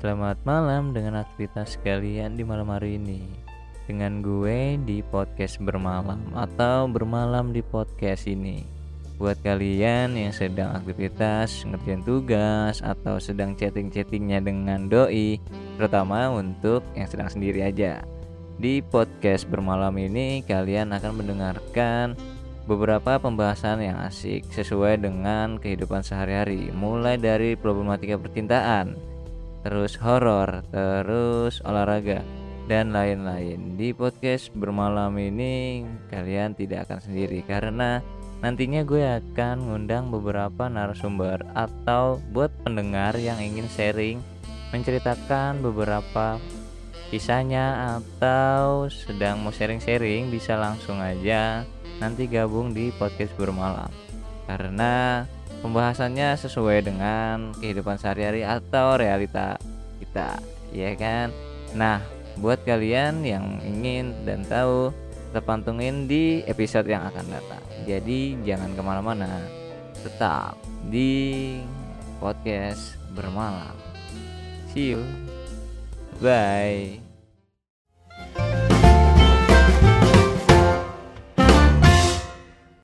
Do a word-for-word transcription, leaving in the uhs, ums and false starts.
selamat malam dengan aktivitas kalian di malam hari ini. Dengan gue di podcast bermalam atau bermalam di podcast ini. Buat kalian yang sedang aktivitas, ngerjain tugas, atau sedang chatting-chattingnya dengan doi, terutama untuk yang sedang sendiri aja. Di podcast bermalam ini kalian akan mendengarkan beberapa pembahasan yang asik sesuai dengan kehidupan sehari-hari, mulai dari problematika percintaan, terus horor, terus olahraga, dan lain-lain. Di podcast bermalam ini kalian tidak akan sendiri, karena nantinya gue akan ngundang beberapa narasumber atau buat pendengar yang ingin sharing, menceritakan beberapa kisahnya atau sedang mau sharing-sharing, bisa langsung aja nanti gabung di podcast bermalam, karena pembahasannya sesuai dengan kehidupan sehari-hari atau realita kita, ya kan? Nah, buat kalian yang ingin dan tahu, tetap pantengin di episode yang akan datang. Jadi jangan kemana-mana, tetap di podcast bermalam. See you, bye.